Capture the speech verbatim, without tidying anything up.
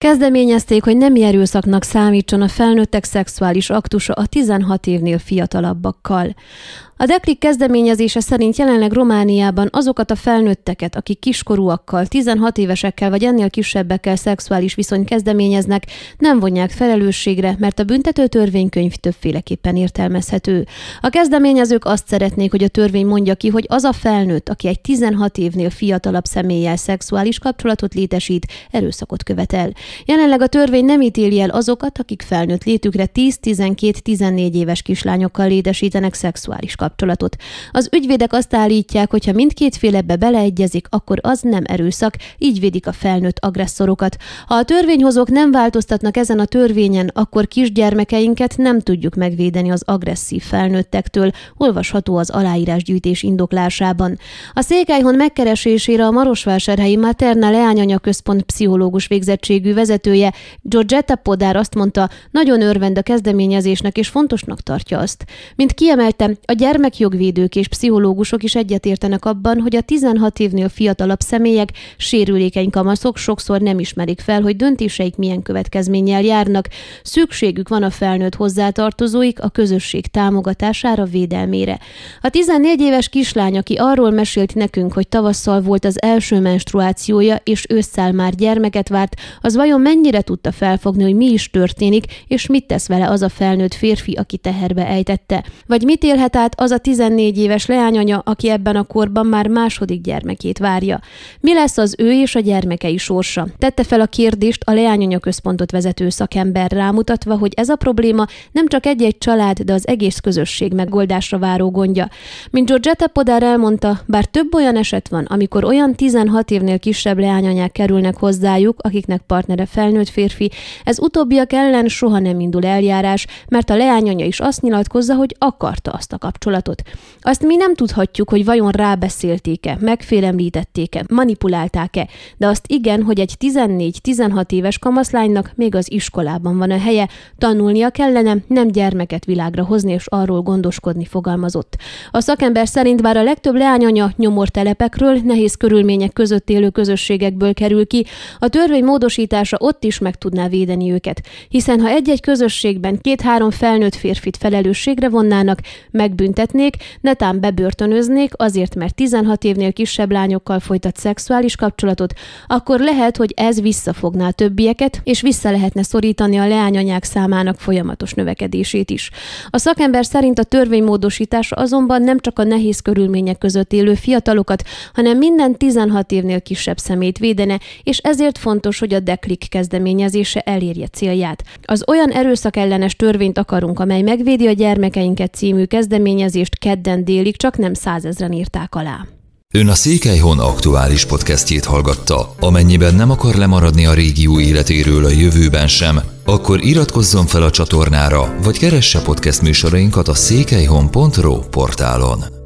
Kezdeményezték, hogy nemi erőszaknak számítson a felnőttek szexuális aktusa a tizenhat évnél fiatalabbakkal. A Declic kezdeményezése szerint jelenleg Romániában azokat a felnőtteket, akik kiskorúakkal, tizenhat évesekkel vagy ennél kisebbekkel szexuális viszonyt kezdeményeznek, nem vonják felelősségre, mert a büntető törvénykönyv többféleképpen értelmezhető. A kezdeményezők azt szeretnék, hogy a törvény mondja ki, hogy az a felnőtt, aki egy tizenhat évnél fiatalabb személlyel szexuális kapcsolatot létesít, erőszakot követel. Jelenleg a törvény nem ítéli el azokat, akik felnőtt létükre tíz-tizenkét-tizennégy éves kislányokkal létesítenek szexuális kapcsolatot. kapcsolatot. Az ügyvédek azt állítják, hogy ha mindkét fél ebbe beleegyezik, akkor az nem erőszak, így védik a felnőtt agresszorokat. Ha a törvényhozók nem változtatnak ezen a törvényen, akkor kisgyermekeinket nem tudjuk megvédeni az agresszív felnőttektől, olvasható az aláírásgyűjtés indoklásában. A Székelyhon megkeresésére a marosvásárhelyi Materna Leányanya Központ pszichológus végzettségű vezetője, Georgetta Podár azt mondta, nagyon örvend a kezdeményezésnek és fontosnak tartja azt. Mint kiemeltem, a gyermekjogvédők és pszichológusok is egyetértenek abban, hogy a tizenhat évnél fiatalabb személyek, sérülékeny kamaszok sokszor nem ismerik fel, hogy döntéseik milyen következménnyel járnak. Szükségük van a felnőtt hozzátartozóik a közösség támogatására, védelmére. A tizennégy éves kislány, aki arról mesélt nekünk, hogy tavasszal volt az első menstruációja, és ősszel már gyermeket várt, az vajon mennyire tudta felfogni, hogy mi is történik, és mit tesz vele az a felnőtt férfi, aki teherbe ejtette? Vagy mit élhet át az a tizennégy éves leányanya, aki ebben a korban már második gyermekét várja? Mi lesz az ő és a gyermekei sorsa? Tette fel a kérdést a Leányanya Központot vezető szakember, rámutatva, hogy ez a probléma nem csak egy-egy család, de az egész közösség megoldásra váró gondja. Mint Georgetta Podár elmondta, bár több olyan eset van, amikor olyan tizenhat évnél kisebb leányanyák kerülnek hozzájuk, akiknek partnere felnőtt férfi, ez utóbbiak ellen soha nem indul eljárás, mert a leányanya is azt nyilatkozza, hogy akarta azt a kapcsolatot. Azt mi nem tudhatjuk, hogy vajon rábeszélték-e, megfélemlítették-e, manipulálták-e, de azt igen, hogy egy tizennégy-tizenhat éves kamaszlánynak még az iskolában van a helye, tanulnia kellene, nem gyermeket világra hozni és arról gondoskodni, fogalmazott. A szakember szerint bár a legtöbb leányanya nyomortelepekről, nehéz körülmények között élő közösségekből kerül ki, a törvény módosítása ott is meg tudná védeni őket, hiszen ha egy-egy közösségben két-három felnőtt férfit felelősségre vonnának, megbüntetnék, netán bebörtönöznék azért, mert tizenhat évnél kisebb lányokkal folytat szexuális kapcsolatot, akkor lehet, hogy ez visszafogná a többieket, és vissza lehetne szorítani a leányanyák számának folyamatos növekedését is. A szakember szerint a törvénymódosítása azonban nem csak a nehéz körülmények között élő fiatalokat, hanem minden tizenhat évnél kisebb szemét védene, és ezért fontos, hogy a Declic kezdeményezése elérje célját. Az Olyan erőszakellenes törvényt akarunk, amely megvédi a gyermekeinket című kezdeményezést kedden délig csak nem százezren írták alá. Ön a Székelyhon aktuális podcastjét hallgatta. Amennyiben nem akar lemaradni a régió életéről a jövőben sem, akkor iratkozzon fel a csatornára, vagy keresse podcast műsorainkat a székelyhon pont ro portálon.